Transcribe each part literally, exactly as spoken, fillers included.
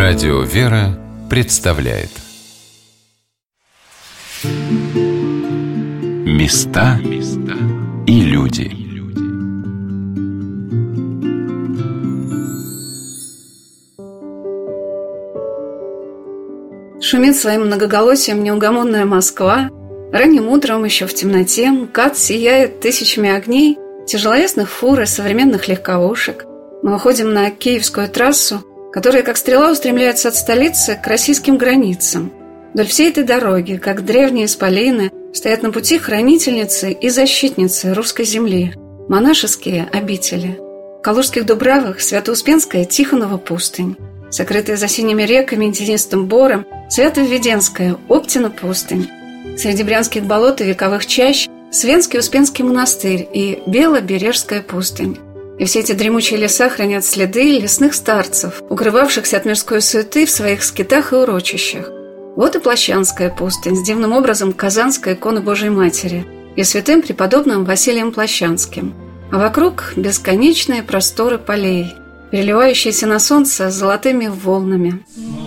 Радио «Вера» представляет Места и люди. Шумит своим многоголосием неугомонная Москва. Ранним утром, еще в темноте, МКАД сияет тысячами огней, тяжелоясных фур и современных легковушек. Мы уходим на Киевскую трассу, которая, как стрела, устремляется от столицы к российским границам. Вдоль всей этой дороги, как древние исполины, стоят на пути хранительницы и защитницы русской земли, монашеские обители. В Калужских Дубравах Свято-Успенская Тихонова пустынь, сокрытая за синими реками и тенистым бором Свято-Введенская Оптина пустынь, среди брянских болот и вековых чащ Свенский Успенский монастырь и Белобережская пустынь. И все эти дремучие леса хранят следы лесных старцев, укрывавшихся от мирской суеты в своих скитах и урочищах. Вот и Плащанская пустынь с дивным образом Казанской иконы Божией Матери и святым преподобным Василием Плащанским. А вокруг бесконечные просторы полей, переливающиеся на солнце золотыми волнами.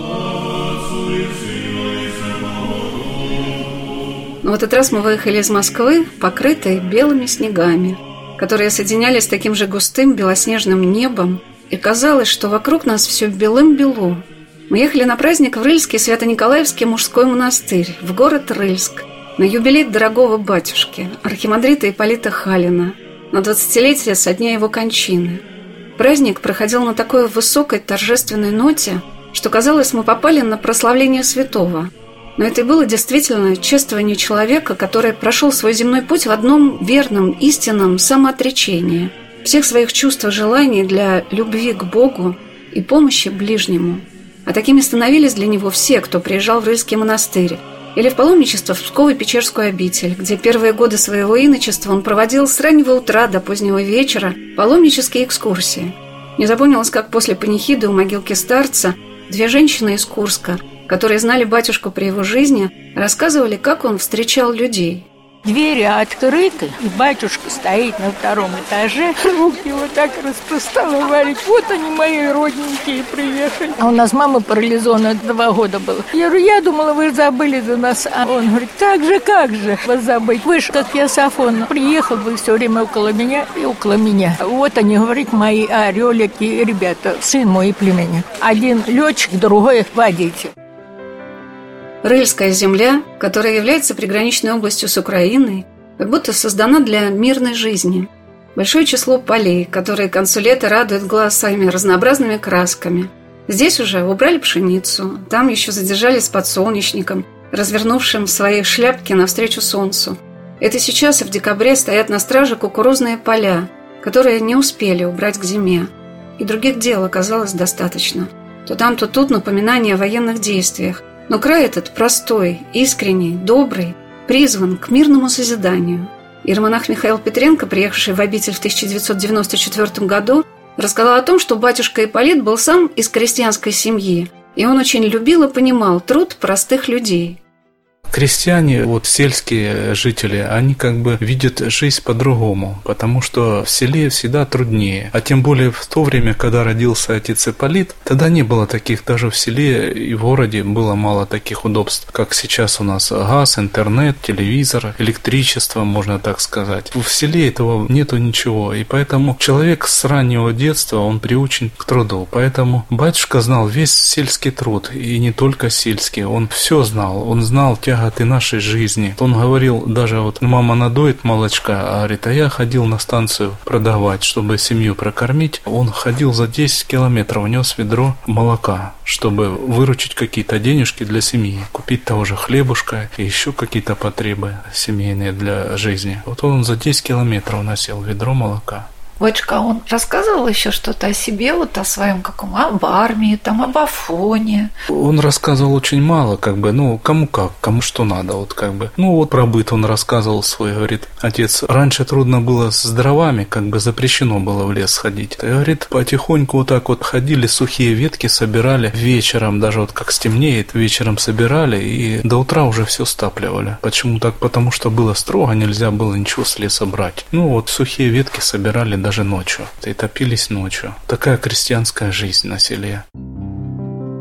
Но в этот раз мы выехали из Москвы, покрытой белыми снегами, которые соединялись с таким же густым белоснежным небом, и казалось, что вокруг нас все белым-бело. Мы ехали на праздник в Рыльский Свято-Николаевский мужской монастырь, в город Рыльск, на юбилей дорогого батюшки, архимандрита Ипполита Халина, на двадцатилетие со дня его кончины. Праздник проходил на такой высокой торжественной ноте, что казалось, мы попали на прославление святого. Но это и было действительно чествование человека, который прошел свой земной путь в одном верном, истинном самоотречении всех своих чувств и желаний для любви к Богу и помощи ближнему. А такими становились для него все, кто приезжал в Рыльский монастырь или в паломничество в Псково-Печерскую обитель, где первые годы своего иночества он проводил с раннего утра до позднего вечера паломнические экскурсии. Не запомнилось, как после панихиды у могилки старца две женщины из Курска, которые знали батюшку при его жизни, рассказывали, как он встречал людей. Двери открыты, и батюшка стоит на втором этаже, руки вот так распростал и говорит: вот они, мои родненькие, приехали. А у нас мама парализована, два года была. Я говорю: я думала, вы забыли за нас. А он говорит: как же, как же вас забыть? Вы же, как я Сафон, приехал, вы все время около меня и около меня. Вот они, говорит, мои орелики, ребята, сын мой и племянник. Один летчик, другой водитель. Рыльская земля, которая является приграничной областью с Украиной, как будто создана для мирной жизни. Большое число полей, которые к концу лета радуют глаз своими разнообразными красками. Здесь уже убрали пшеницу, там еще задержались подсолнечником, развернувшим свои шляпки навстречу солнцу. Это сейчас и в декабре стоят на страже кукурузные поля, которые не успели убрать к зиме. И других дел оказалось достаточно. То там, то тут напоминания о военных действиях. Но край этот простой, искренний, добрый, призван к мирному созиданию. Иеромонах Михаил Петренко, приехавший в обитель в тысяча девятьсот девяносто четвёртом году, рассказал о том, что батюшка Ипполит был сам из крестьянской семьи, и он очень любил и понимал труд простых людей. Крестьяне, вот сельские жители, они как бы видят жизнь по-другому, потому что в селе всегда труднее. А тем более в то время, когда родился отец Ипполит, тогда не было таких, даже в селе и в городе было мало таких удобств, как сейчас у нас газ, интернет, телевизор, электричество, можно так сказать. В селе этого нету ничего, и поэтому человек с раннего детства, он приучен к труду. Поэтому батюшка знал весь сельский труд, и не только сельский, он все знал, он знал тяготы нашей жизни. Он говорил, даже вот мама надоит молочка, а говорит, а я ходил на станцию продавать, чтобы семью прокормить. Он ходил за десять километров, нес ведро молока, чтобы выручить какие-то денежки для семьи, купить того же хлебушка и еще какие-то потребы семейные для жизни. Вот он за десять километров носил ведро молока. Батюшка, он рассказывал еще что-то о себе, вот о своем каком, об армии, там, об Афоне. Он рассказывал очень мало, как бы, ну, кому как, кому что надо, вот как бы. Ну, вот про быт он рассказывал свой, говорит, отец, раньше трудно было с дровами, как бы запрещено было в лес ходить. И, говорит, потихоньку вот так вот ходили, сухие ветки собирали, вечером, даже вот как стемнеет, вечером собирали, и до утра уже все стапливали. Почему так? Потому что было строго, нельзя было ничего с леса брать. Ну, вот сухие ветки собирали даже ночью, и топились ночью. Такая крестьянская жизнь на селе.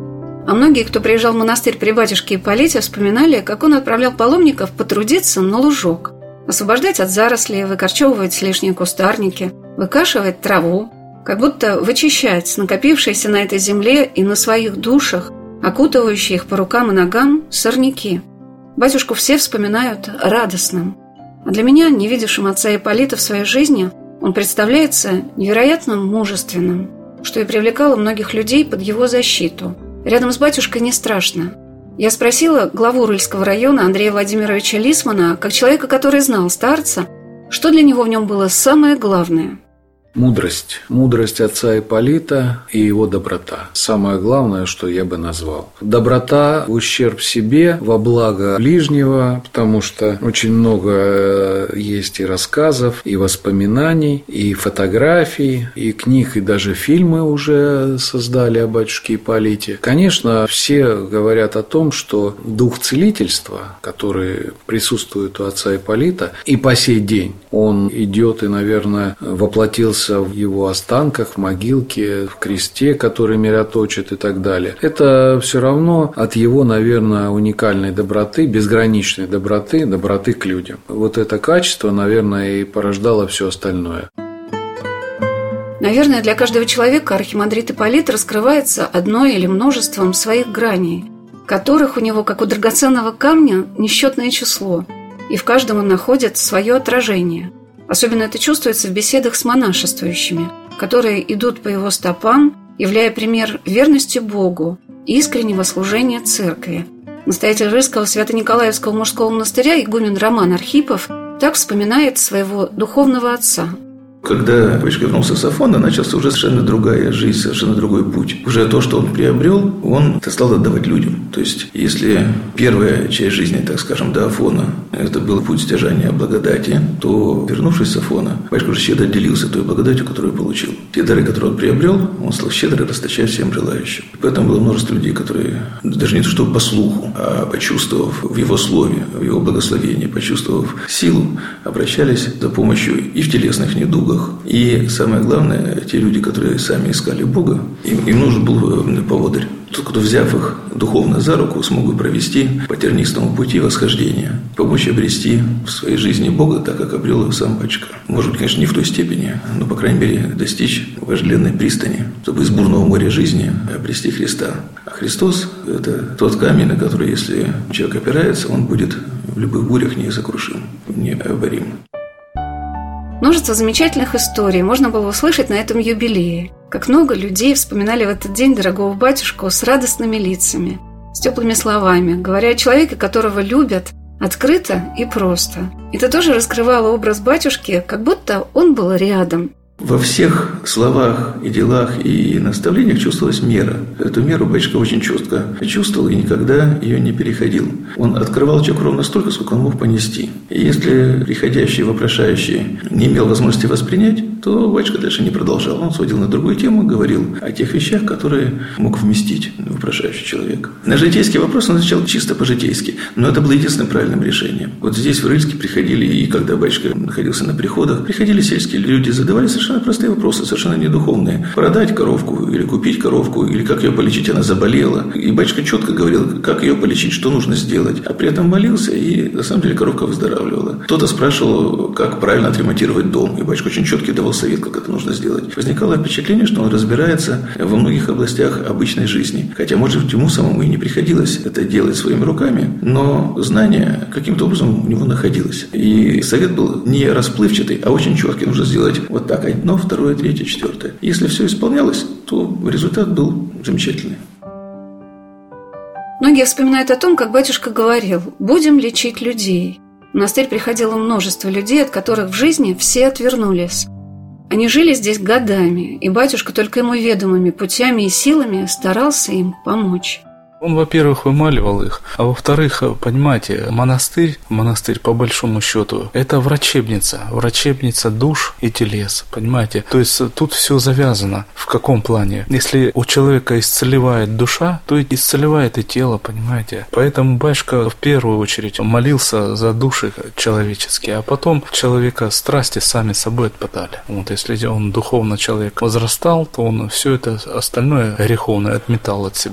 А многие, кто приезжал в монастырь при батюшке Ипполите, вспоминали, как он отправлял паломников потрудиться на лужок, освобождать от зарослей, выкорчевывать лишние кустарники, выкашивать траву, как будто вычищать накопившиеся на этой земле и на своих душах, окутывающие их по рукам и ногам, сорняки. Батюшку все вспоминают радостным. А для меня, не видевшим отца Ипполита в своей жизни, он представляется невероятно мужественным, что и привлекало многих людей под его защиту. Рядом с батюшкой не страшно. Я спросила главу Рыльского района Андрея Владимировича Лисмана, как человека, который знал старца, что для него в нем было самое главное. Мудрость. Мудрость отца Ипполита и его доброта. Самое главное, что я бы назвал. Доброта в ущерб себе, во благо ближнего, потому что очень много есть и рассказов, и воспоминаний, и фотографий, и книг, и даже фильмы уже создали о батюшке Ипполите. Конечно, все говорят о том, что дух целительства, который присутствует у отца Ипполита, и по сей день он идет и, наверное, воплотился в его останках, в могилке, в кресте, который мироточит и так далее. Это все равно от его, наверное, уникальной доброты, безграничной доброты, доброты к людям. Вот это качество, наверное, и порождало все остальное. Наверное, для каждого человека архимандрит Ипполит раскрывается одной или множеством своих граней, которых у него, как у драгоценного камня, несчетное число, и в каждом он находит свое отражение. Особенно это чувствуется в беседах с монашествующими, которые идут по его стопам, являя пример верности Богу и искреннего служения церкви. Настоятель Рыльского Свято-Николаевского мужского монастыря игумен Роман Архипов так вспоминает своего духовного отца. Когда батюшка вернулся с Афона, началась уже совершенно другая жизнь, совершенно другой путь. Уже то, что он приобрел, он стал отдавать людям. То есть, если первая часть жизни, так скажем, до Афона, это был путь стяжания благодати, то, вернувшись с Афона, батюшка уже щедро делился той благодатью, которую получил. Те дары, которые он приобрел, он стал щедро расточать всем желающим. И поэтому было множество людей, которые, даже не то что по слуху, а почувствовав в его слове, в его благословении, почувствовав силу, обращались за помощью и в телесных недугах. И самое главное, те люди, которые сами искали Бога, им, им нужен был поводырь. Тот, кто, взяв их духовно за руку, смог бы провести по тернистому пути восхождения, помочь обрести в своей жизни Бога, так как обрел его сам батюшка. Может быть, конечно, не в той степени, но, по крайней мере, достичь вожделенной пристани, чтобы из бурного моря жизни обрести Христа. А Христос – это тот камень, на который, если человек опирается, он будет в любых бурях несокрушим, необорим. Множество замечательных историй можно было услышать на этом юбилее. Как много людей вспоминали в этот день дорогого батюшку с радостными лицами, с теплыми словами, говоря о человеке, которого любят, открыто и просто. Это тоже раскрывало образ батюшки, как будто он был рядом. Во всех словах и делах и наставлениях чувствовалась мера. Эту меру батюшка очень четко чувствовал и никогда ее не переходил. Он открывал человеку ровно столько, сколько он мог понести. И если приходящий, вопрошающий не имел возможности воспринять, то батюшка дальше не продолжал. Он сводил на другую тему, говорил о тех вещах, которые мог вместить вопрошающий человек. На житейский вопрос он отвечал чисто по-житейски, но это было единственным правильным решением. Вот здесь в Рыльске приходили, и когда батюшка находился на приходах, приходили сельские люди, задавали совершенно Совершенно простые вопросы, совершенно недуховные. Продать коровку или купить коровку, или как ее полечить, она заболела. И батюшка четко говорил, как ее полечить, что нужно сделать. А при этом молился, и на самом деле коровка выздоравливала. Кто-то спрашивал, как правильно отремонтировать дом. И батюшка очень четко давал совет, как это нужно сделать. Возникало впечатление, что он разбирается во многих областях обычной жизни. Хотя, может быть, ему самому и не приходилось это делать своими руками, но знание каким-то образом у него находилось. И совет был не расплывчатый, а очень четкий. Нужно сделать вот так, одно, второе, третье, четвертое. Если все исполнялось, то результат был замечательный. Многие вспоминают о том, как батюшка говорил: «Будем лечить людей». В монастырь приходило множество людей, от которых в жизни все отвернулись. Они жили здесь годами, и батюшка только ему ведомыми путями и силами старался им помочь. Он, во-первых, вымаливал их, а во-вторых, понимаете, монастырь, монастырь по большому счету, это врачебница, врачебница душ и телес, понимаете? То есть тут все завязано. В каком плане? Если у человека исцеливает душа, то и исцеливает и тело, понимаете? Поэтому батюшка в первую очередь молился за души человеческие, а потом человека страсти сами собой отпадали. Вот если он духовно человек возрастал, то он все это остальное греховное отметал от себя.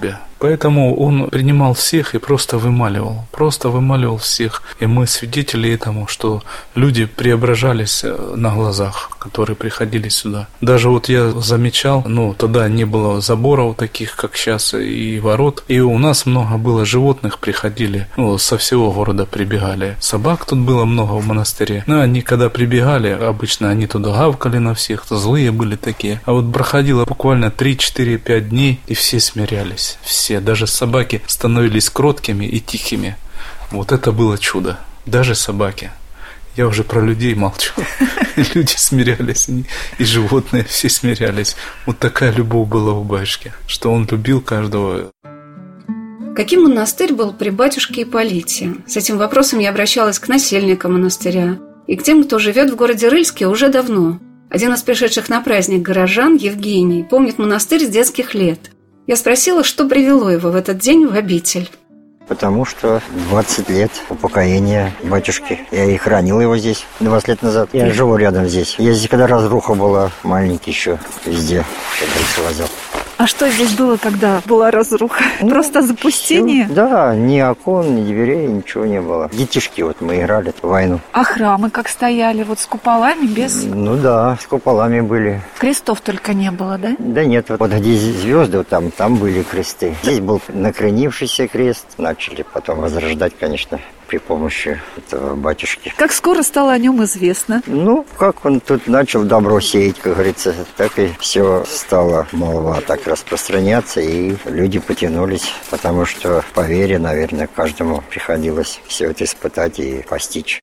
Поэтому он принимал всех и просто вымаливал, просто вымаливал всех. И мы свидетели этому, что люди преображались на глазах, которые приходили сюда. Даже вот я замечал, ну, тогда не было заборов таких, как сейчас, и ворот. И у нас много было животных, приходили, ну, со всего города прибегали. Собак тут было много в монастыре. Ну, они когда прибегали, обычно они туда гавкали на всех, злые были такие. А вот проходило буквально три-четыре-пять дней, и все смирялись. Все, даже собаки становились кроткими и тихими. Вот это было чудо. Даже собаки. Я уже про людей молчу. Люди смирялись, и животные все смирялись. Вот такая любовь была у батюшки, что он любил каждого. Каким монастырь был при батюшке Ипполите? С этим вопросом я обращалась к насельникам монастыря и к тем, кто живет в городе Рыльске уже давно. Один из пришедших на праздник горожан, Евгений, помнит монастырь с детских лет. Я спросила, что привело его в этот день в обитель. Потому что двадцать лет упокоения батюшки. Я и хранил его здесь двадцать лет назад. Я живу рядом здесь. Я здесь, когда разруха была, маленький еще, везде, как говорится, возил. А что здесь было, когда была разруха? Ну, просто запустение? Все. Да, ни окон, ни дверей, ничего не было. Детишки, вот мы играли в войну. А храмы как стояли? Вот с куполами, без? Ну да, с куполами были. Крестов только не было, да? Да нет, вот где звезды, вот там, там были кресты. Здесь был накренившийся крест. Начали потом возрождать, конечно, при помощи этого батюшки. Как скоро стало о нем известно? Ну, как он тут начал добро сеять, как говорится, так и все стало молва так распространяться, и люди потянулись, потому что по вере, наверное, каждому приходилось все это испытать и постичь.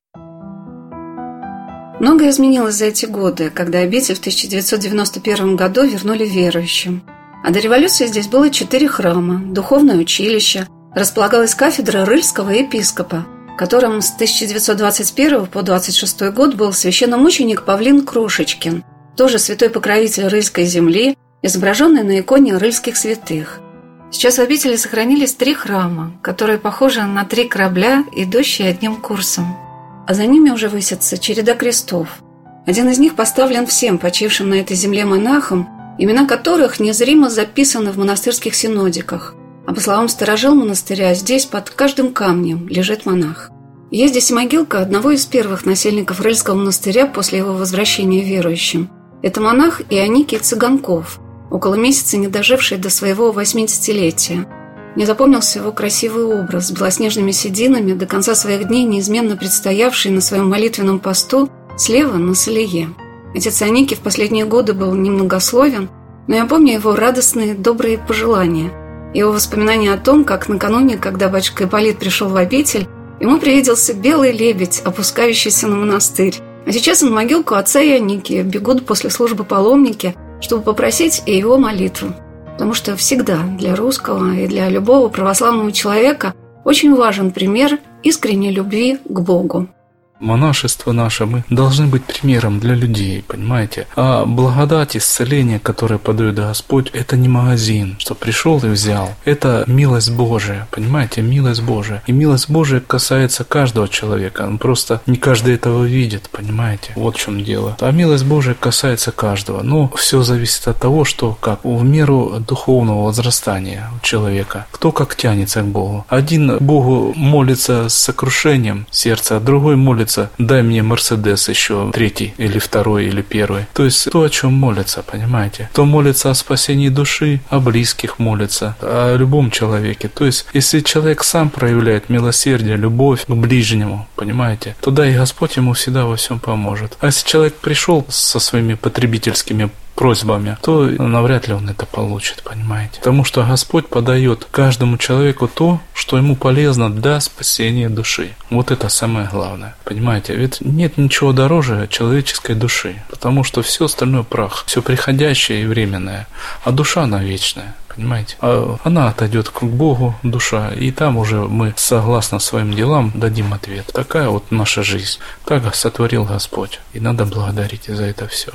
Многое изменилось за эти годы, когда обитель в тысяча девятьсот девяносто первом году вернули верующим. А до революции здесь было четыре храма, духовное училище, располагалась кафедра рыльского епископа, которым с тысяча девятьсот двадцать первого по двадцать шестой год был священномученик Павлин Крошечкин, тоже святой покровитель рыльской земли, изображенный на иконе рыльских святых. Сейчас в обители сохранились три храма, которые похожи на три корабля, идущие одним курсом. А за ними уже высится череда крестов. Один из них поставлен всем почившим на этой земле монахам, имена которых незримо записаны в монастырских синодиках. А по словам старожил монастыря, здесь под каждым камнем лежит монах. Есть здесь и могилка одного из первых насельников Рыльского монастыря после его возвращения верующим. Это монах Ионикий Цыганков, около месяца не доживший до своего восьмидесятилетия. Мне запомнился его красивый образ с белоснежными сединами, до конца своих дней неизменно предстоявший на своем молитвенном посту слева на Солие. Отец Ионикий в последние годы был немногословен, но я помню его радостные, добрые пожелания. Его воспоминания о том, как накануне, когда батюшка Ипполит пришел в обитель, ему привиделся белый лебедь, опускающийся на монастырь. А сейчас на могилку отца Ионикия бегут после службы паломники, чтобы попросить и его молитву. Потому что всегда для русского и для любого православного человека очень важен пример искренней любви к Богу. Монашество наше, мы должны быть примером для людей, понимаете? А благодать, исцеление, которое подает Господь, это не магазин, что пришел и взял. Это милость Божия, понимаете? Милость Божия. И милость Божия касается каждого человека. Он просто не каждый этого видит, понимаете? Вот в чем дело. А милость Божия касается каждого. Но все зависит от того, что как в меру духовного возрастания у человека. Кто как тянется к Богу. Один Богу молится с сокрушением сердца, а другой молится: дай мне Мерседес еще третий, или второй, или первый. То есть то, о чем молится, понимаете? Кто молится о спасении души, о близких молится, о любом человеке. То есть если человек сам проявляет милосердие, любовь к ближнему, понимаете, тогда и Господь ему всегда во всем поможет. А если человек пришел со своими потребительскими просьбами, то навряд ли он это получит, понимаете? Потому что Господь подает каждому человеку то, что ему полезно для спасения души. Вот это самое главное, понимаете? Ведь нет ничего дороже человеческой души, потому что все остальное прах, все приходящее и временное, а душа она вечная. Понимаете? А она отойдет к Богу, душа, и там уже мы, согласно своим делам, дадим ответ. Такая вот наша жизнь. Так сотворил Господь. И надо благодарить за это все.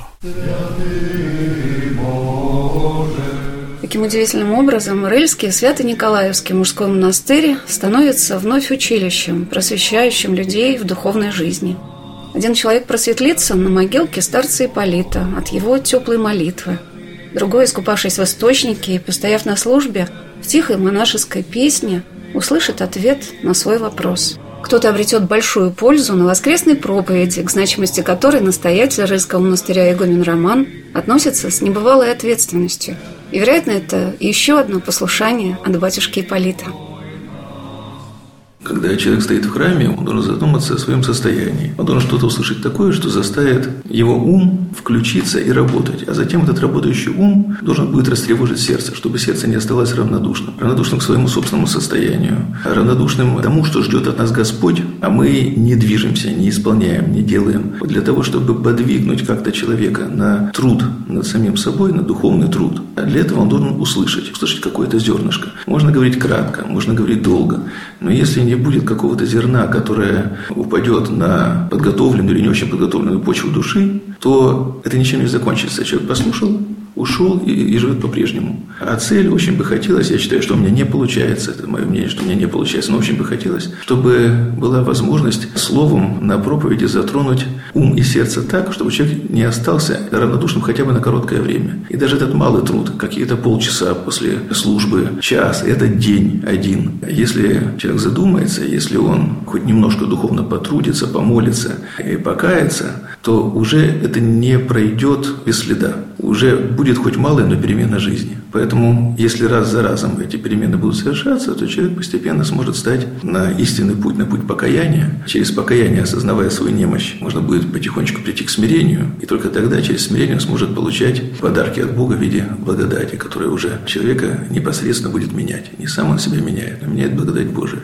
Таким удивительным образом Рыльский Свято-Николаевский мужской монастырь становится вновь училищем, просвещающим людей в духовной жизни. Один человек просветлится на могилке старца Ипполита от его теплой молитвы. Другой, искупавшись в источнике и постояв на службе, в тихой монашеской песне услышит ответ на свой вопрос. Кто-то обретет большую пользу на воскресной проповеди, к значимости которой настоятель Рыльского монастыря игумен Роман относится с небывалой ответственностью. И, вероятно, это еще одно послушание от батюшки Ипполита. Когда человек стоит в храме, он должен задуматься о своем состоянии. Он должен что-то услышать такое, что заставит его ум включиться и работать. А затем этот работающий ум должен будет растревожить сердце, чтобы сердце не осталось равнодушным. Равнодушным к своему собственному состоянию. Равнодушным тому, что ждет от нас Господь, а мы не движемся, не исполняем, не делаем. Для того, чтобы подвигнуть как-то человека на труд над самим собой, на духовный труд. А для этого он должен услышать, услышать какое-то зернышко. Можно говорить кратко, можно говорить долго. Но если не будет какого-то зерна, которое упадет на подготовленную или не очень подготовленную почву души, то это ничем не закончится. Человек послушал, ушел и, и живет по-прежнему. А цель очень бы хотелось, я считаю, что у меня не получается, это мое мнение, что у меня не получается, но очень бы хотелось, чтобы была возможность словом на проповеди затронуть ум и сердце так, чтобы человек не остался равнодушным хотя бы на короткое время. И даже этот малый труд, какие-то полчаса после службы, час, это день один. Если человек задумается, если он хоть немножко духовно потрудится, помолится и покается, то уже это не пройдет без следа. Уже будет хоть малая, но перемена жизни. Поэтому, если раз за разом эти перемены будут совершаться, то человек постепенно сможет стать на истинный путь, на путь покаяния. Через покаяние, осознавая свою немощь, можно будет потихонечку прийти к смирению. И только тогда через смирение он сможет получать подарки от Бога в виде благодати, которая уже человека непосредственно будет менять. Не сам он себя меняет, но меняет благодать Божия.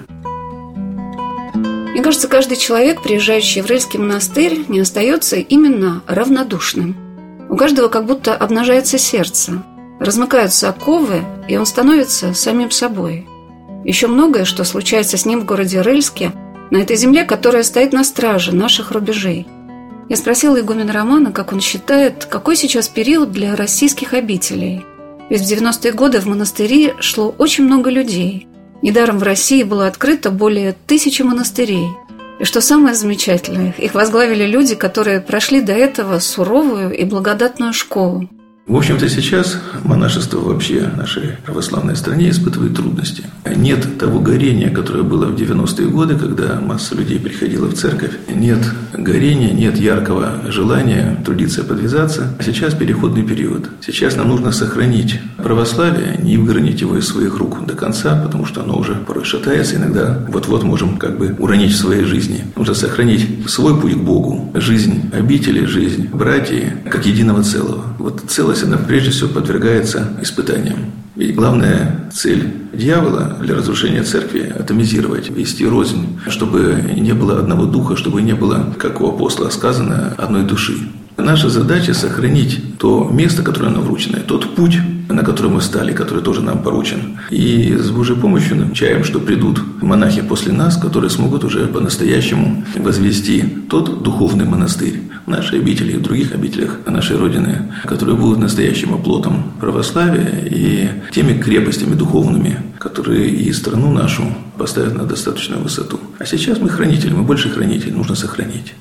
Мне кажется, каждый человек, приезжающий в Рыльский монастырь, не остается именно равнодушным. У каждого как будто обнажается сердце, размыкаются оковы, и он становится самим собой. Еще многое, что случается с ним в городе Рыльске, на этой земле, которая стоит на страже наших рубежей. Я спросила игумена Романа, как он считает, какой сейчас период для российских обителей. Ведь в девяностые годы в монастыри шло очень много людей. Недаром в России было открыто более тысячи монастырей. И что самое замечательное, их возглавили люди, которые прошли до этого суровую и благодатную школу. В общем-то, сейчас монашество вообще в нашей православной стране испытывает трудности. Нет того горения, которое было в девяностые годы, когда масса людей приходила в церковь. Нет горения, нет яркого желания трудиться и подвязаться. А сейчас переходный период. Сейчас нам нужно сохранить православие, не выгонять его из своих рук до конца, потому что оно уже порой шатается. Иногда вот-вот можем как бы уронить в своей жизни. Нужно сохранить свой путь к Богу, жизнь обители, жизнь братьев, как единого целого. Вот целое она прежде всего подвергается испытаниям. Ведь главная цель дьявола для разрушения церкви – атомизировать, вести рознь, чтобы не было одного духа, чтобы не было, как у апостола сказано, одной души. Наша задача – сохранить то место, которое нам вручено, тот путь, на который мы стали, который тоже нам поручен. И с Божьей помощью намечаем, что придут монахи после нас, которые смогут уже по-настоящему возвести тот духовный монастырь в нашей обители и в других обителях нашей Родины, которые будут настоящим оплотом православия и теми крепостями духовными, которые и страну нашу поставят на достаточную высоту. А сейчас мы хранители, мы больше хранители, нужно сохранить.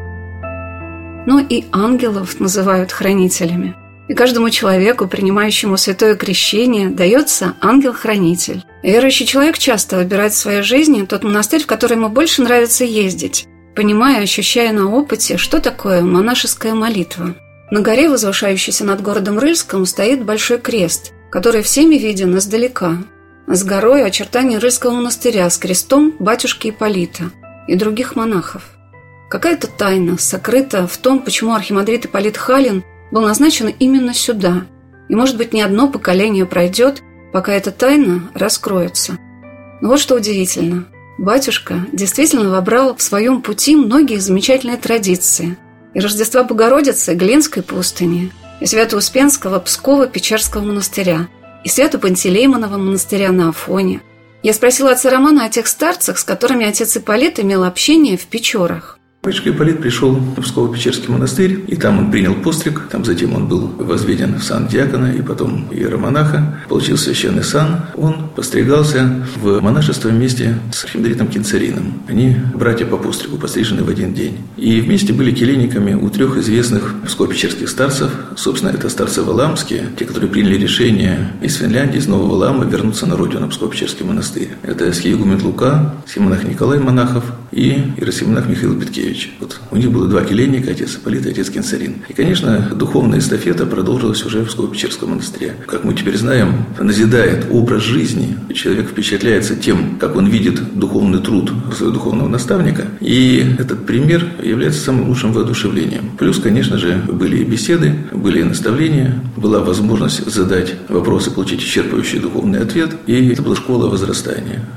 Но и ангелов называют хранителями. И каждому человеку, принимающему святое крещение, дается ангел-хранитель. Верующий человек часто выбирает в своей жизни тот монастырь, в который ему больше нравится ездить, понимая, ощущая на опыте, что такое монашеская молитва. На горе, возвышающейся над городом Рыльском, стоит большой крест, который всеми виден издалека. С горой очертания Рыльского монастыря с крестом батюшки Ипполита и других монахов. Какая-то тайна сокрыта в том, почему архимандрит Ипполит Халин был назначен именно сюда. И, может быть, не одно поколение пройдет, пока эта тайна раскроется. Но вот что удивительно. Батюшка действительно вобрал в своем пути многие замечательные традиции. И Рождества Богородицы Глинской пустыни, и Свято-Успенского Псково-Печерского монастыря, и Свято-Пантелеймонова монастыря на Афоне. Я спросила отца Романа о тех старцах, с которыми отец Ипполит имел общение в Печорах. Батюшка Ипполит пришел в Псково-Печерский монастырь, и там он принял постриг, там затем он был возведен в сан диакона и потом иеромонаха, получил священный сан. Он постригался в монашество вместе с архимандритом Кинцарином. Они братья по постригу, пострижены в один день. И вместе были келейниками у трех известных псково-печерских старцев. Собственно, это старцы валамские, те, которые приняли решение из Финляндии, из Нового Валаама вернуться на родину, Псково-Печерский монастырь. Это схиегумен Лука, схимонах Николай Монахов и иеросхимонах Михаил Петкевич. Вот у них было два келейника, отец Ипполит и отец Кинцарин. И, конечно, духовная эстафета продолжилась уже в Псково-Печерском монастыре. Как мы теперь знаем, назидает образ жизни. Человек впечатляется тем, как он видит духовный труд своего духовного наставника. И этот пример является самым лучшим воодушевлением. Плюс, конечно же, были и беседы, были и наставления, была возможность задать вопросы, получить исчерпывающий духовный ответ. И это была школа возрастания.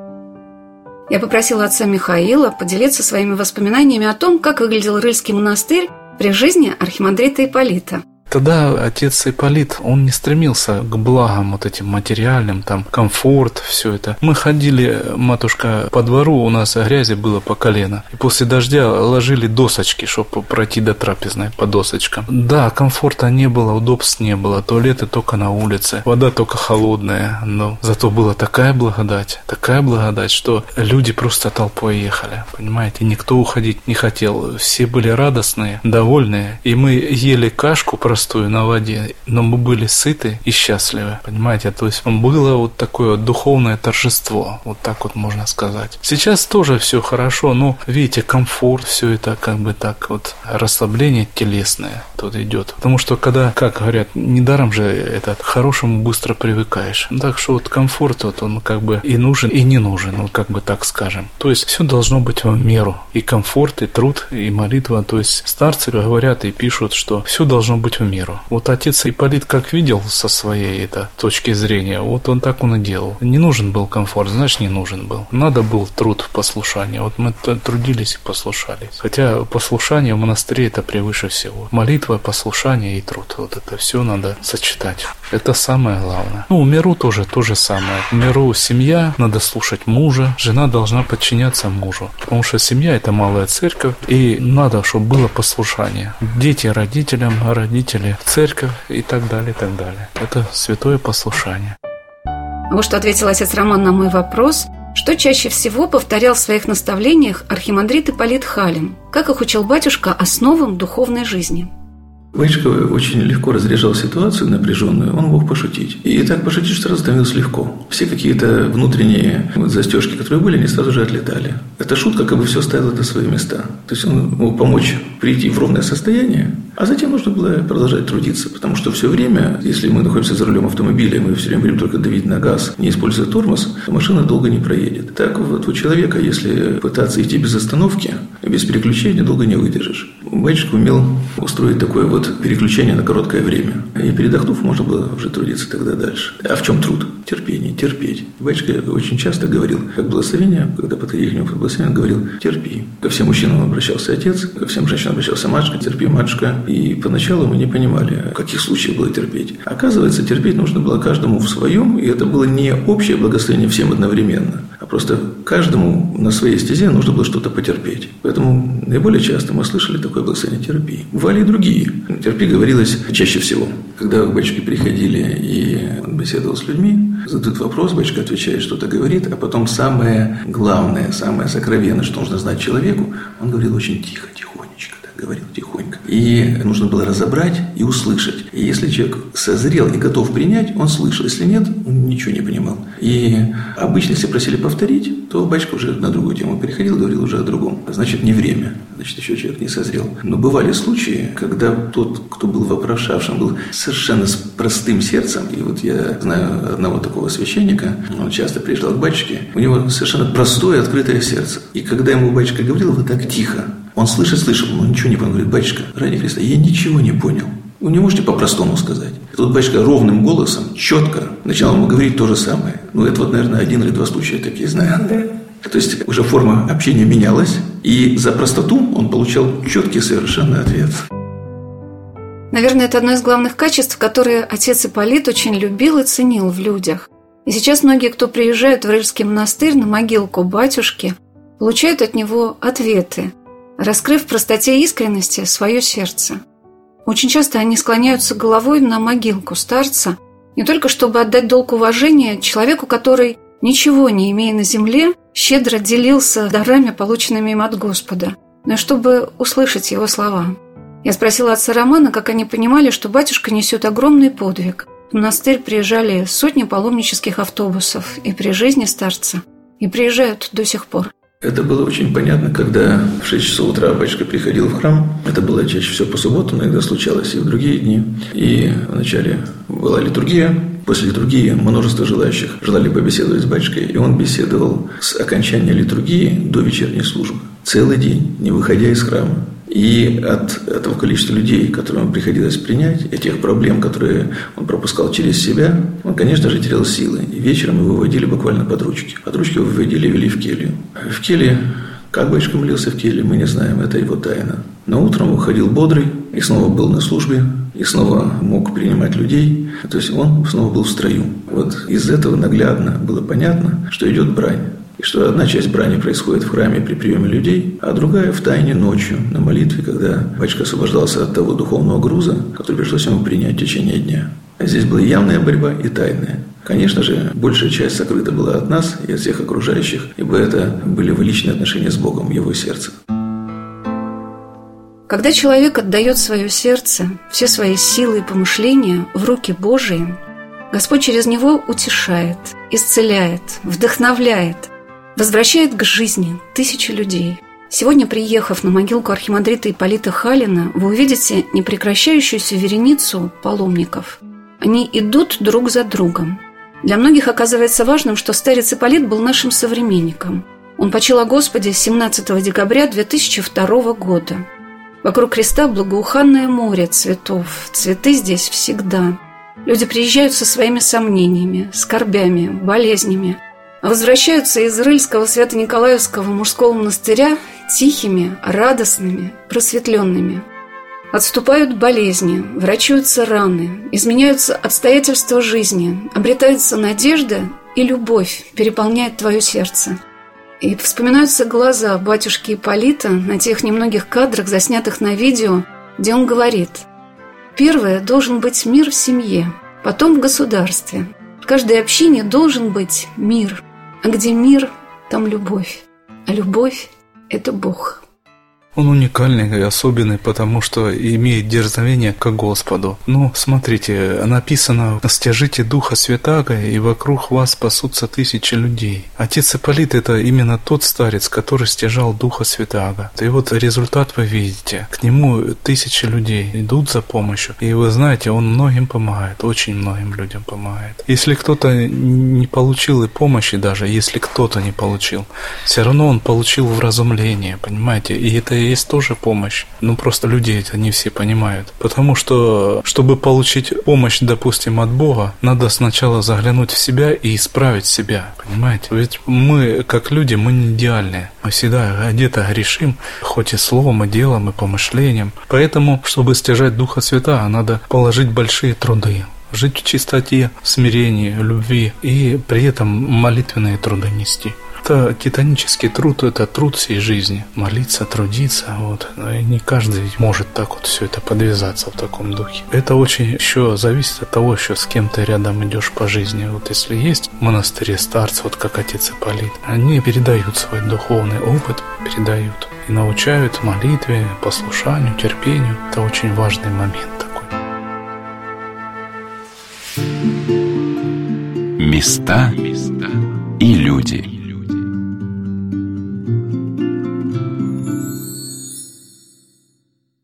Я попросила отца Михаила поделиться своими воспоминаниями о том, как выглядел Рыльский монастырь при жизни архимандрита Ипполита. Тогда отец Ипполит, он не стремился к благам вот этим материальным, там, комфорт, все это. Мы ходили, матушка, по двору, у нас грязи было по колено. И после дождя ложили досочки, чтобы пройти до трапезной по досочкам. Да, комфорта не было, удобств не было, туалеты только на улице, вода только холодная. Но зато была такая благодать, такая благодать, что люди просто толпой ехали, понимаете? Никто уходить не хотел. Все были радостные, довольные. И мы ели кашку простую на воде, но мы были сыты и счастливы, понимаете, то есть было вот такое вот духовное торжество, вот так вот можно сказать. Сейчас тоже все хорошо, но видите, комфорт, все это как бы так вот, расслабление телесное тут идет, потому что когда, как говорят, недаром же это, к хорошему быстро привыкаешь, так что вот комфорт вот он как бы и нужен, и не нужен, вот как бы так скажем, то есть все должно быть в меру, и комфорт, и труд, и молитва, то есть старцы говорят и пишут, что все должно быть в миру. Вот отец Ипполит как видел со своей это, точки зрения, вот он так он и делал. Не нужен был комфорт, знаешь, не нужен был. Надо был труд, послушание. Вот мы трудились и послушались. Хотя послушание в монастыре это превыше всего. Молитва, послушание и труд. Вот это все надо сочетать. Это самое главное. Ну, в миру тоже то же самое. В миру семья, надо слушать мужа, жена должна подчиняться мужу. Потому что семья это малая церковь, и надо, чтобы было послушание. Дети родителям, родители церковь и так далее, и так далее. Это святое послушание. Вот что ответил отец Роман на мой вопрос. Что чаще всего повторял в своих наставлениях архимандрит Ипполит Халин? Как их учил батюшка основам духовной жизни? Батюшка очень легко разряжал ситуацию напряженную, он мог пошутить. И так пошутить сразу становилось легко. Все какие-то внутренние вот застежки, которые были, они сразу же отлетали. Эта шутка как бы все ставила на свои места. То есть он мог помочь прийти в ровное состояние, а затем нужно было продолжать трудиться. Потому что все время, если мы находимся за рулем автомобиля, мы все время будем только давить на газ, не используя тормоз, то машина долго не проедет. Так вот у человека, если пытаться идти без остановки, без переключения, долго не выдержишь. Батюшка умел устроить такое вот переключение на короткое время. И передохнув, можно было уже трудиться тогда дальше. А в чем труд? Терпение, терпеть. Батюшка очень часто говорил, как благословение, когда подходили к нему под благословение, он говорил: терпи. Ко всем мужчинам обращался отец, ко всем женщинам обращался матушка: терпи, матушка. И поначалу мы не понимали, в каких случаях было терпеть. Оказывается, терпеть нужно было каждому в своем, и это было не общее благословение всем одновременно, а просто каждому на своей стезе нужно было что-то потерпеть. Поэтому наиболее часто мы слышали такое благословение: терпи. Бывали и другие. Терпи говорилось чаще всего. Когда к батюшке приходили и он беседовал с людьми, задают вопрос, батюшка отвечает, что-то говорит, а потом самое главное, самое сокровенное, что нужно знать человеку, он говорил очень тихо, тихонечко, так, говорил тихонько. И нужно было разобрать и услышать. И если человек созрел и готов принять, он слышал. Если нет, он ничего не понимал. И обычно, если просили повторить, то батюшка уже на другую тему переходил, говорил уже о другом. Значит, не время. Значит, еще человек не созрел. Но бывали случаи, когда тот, кто был вопрошавшим, был совершенно с простым сердцем. И вот я знаю одного такого священника, он часто приезжал к батюшке, у него совершенно простое, открытое сердце. И когда ему батюшка говорил: вот так тихо, он слышит, слышал, но ничего не понял. Говорит: батюшка, ради Христа, я ничего не понял. Вы не можете по-простому сказать. И тут батюшка ровным голосом, четко начинал ему говорить то же самое. Ну, это вот, наверное, один или два случая такие знаю. Да. То есть уже форма общения менялась, и за простоту он получал четкий совершенно ответ. Наверное, это одно из главных качеств, которые отец Ипполит очень любил и ценил в людях. И сейчас многие, кто приезжают в Рыльский монастырь на могилку батюшки, получают от него ответы. раскрыв в простоте и искренности свое сердце. Очень часто они склоняются головой на могилку старца, не только чтобы отдать долг уважения человеку, который, ничего не имея на земле, щедро делился дарами, полученными им от Господа, но и чтобы услышать его слова. Я спросила отца Романа, как они понимали, что батюшка несет огромный подвиг. В монастырь приезжали сотни паломнических автобусов и при жизни старца, и приезжают до сих пор. Это было очень понятно, когда в шесть часов утра батюшка приходил в храм. Это было чаще всего по субботам, но иногда случалось и в другие дни. И вначале была литургия. После литургии множество желающих желали побеседовать с батюшкой, и он беседовал с окончания литургии до вечерней службы. Целый день, не выходя из храма. И от этого количества людей, которым приходилось принять, и тех проблем, которые он пропускал через себя, он, конечно же, терял силы. И вечером его выводили буквально под ручки. Под ручки его выводили и вели в келью. В келье, как батюшка молился в келье, мы не знаем, это его тайна. Но утром уходил бодрый, и снова был на службе, и снова мог принимать людей. То есть он снова был в строю. Вот из этого наглядно было понятно, что идет брань. И что одна часть брани происходит в храме при приеме людей, а другая в тайне ночью на молитве, когда батюшка освобождался от того духовного груза, который пришлось ему принять в течение дня. А здесь была явная борьба и тайная. Конечно же, большая часть сокрыта была от нас и от всех окружающих, ибо это были его личные отношения с Богом в его сердце. Когда человек отдает свое сердце, все свои силы и помышления в руки Божии, Господь через него утешает, исцеляет, вдохновляет, возвращает к жизни тысячи людей. Сегодня, приехав на могилку архимандрита Ипполита Халина, вы увидите непрекращающуюся вереницу паломников. Они идут друг за другом. Для многих оказывается важным, что старец Ипполит был нашим современником. Он почил о Господе семнадцатого декабря две тысячи второго года. Вокруг креста благоуханное море цветов. Цветы здесь всегда. Люди приезжают со своими сомнениями, скорбями, болезнями, а возвращаются из Рыльского Свято-Николаевского мужского монастыря тихими, радостными, просветленными. Отступают болезни, врачуются раны, изменяются обстоятельства жизни, обретается надежда, и любовь переполняет твое сердце. И вспоминаются глаза батюшки Ипполита на тех немногих кадрах, заснятых на видео, где он говорит: «Первое должен быть мир в семье, потом в государстве. В каждой общине должен быть мир, а где мир, там любовь, а любовь – это Бог». Он уникальный и особенный, потому что имеет дерзновение к Господу. Ну, смотрите, написано: «Стяжите Духа Святаго, и вокруг вас спасутся тысячи людей». Отец Ипполит – это именно тот старец, который стяжал Духа Святаго. И вот результат вы видите. К нему тысячи людей идут за помощью. И вы знаете, он многим помогает, очень многим людям помогает. Если кто-то не получил и помощи даже, если кто-то не получил, все равно он получил вразумление, понимаете? И это есть тоже помощь. Ну, просто люди это не все понимают. Потому что, чтобы получить помощь, допустим, от Бога, надо сначала заглянуть в себя и исправить себя, понимаете? Ведь мы, как люди, мы не идеальные. Мы всегда где-то грешим, хоть и словом, и делом, и помышлением. Поэтому, чтобы стяжать Духа Святаго, надо положить большие труды. Жить в чистоте, в смирении, в любви и при этом молитвенные труды нести. Это титанический труд, это труд всей жизни. Молиться, трудиться, вот. И не каждый может так вот все это подвязаться в таком духе. Это очень еще зависит от того, еще с кем ты рядом идешь по жизни. Вот если есть в монастыре старцы, вот как отец Ипполит, они передают свой духовный опыт, передают и научают молитве, послушанию, терпению. Это очень важный момент такой. Места и люди.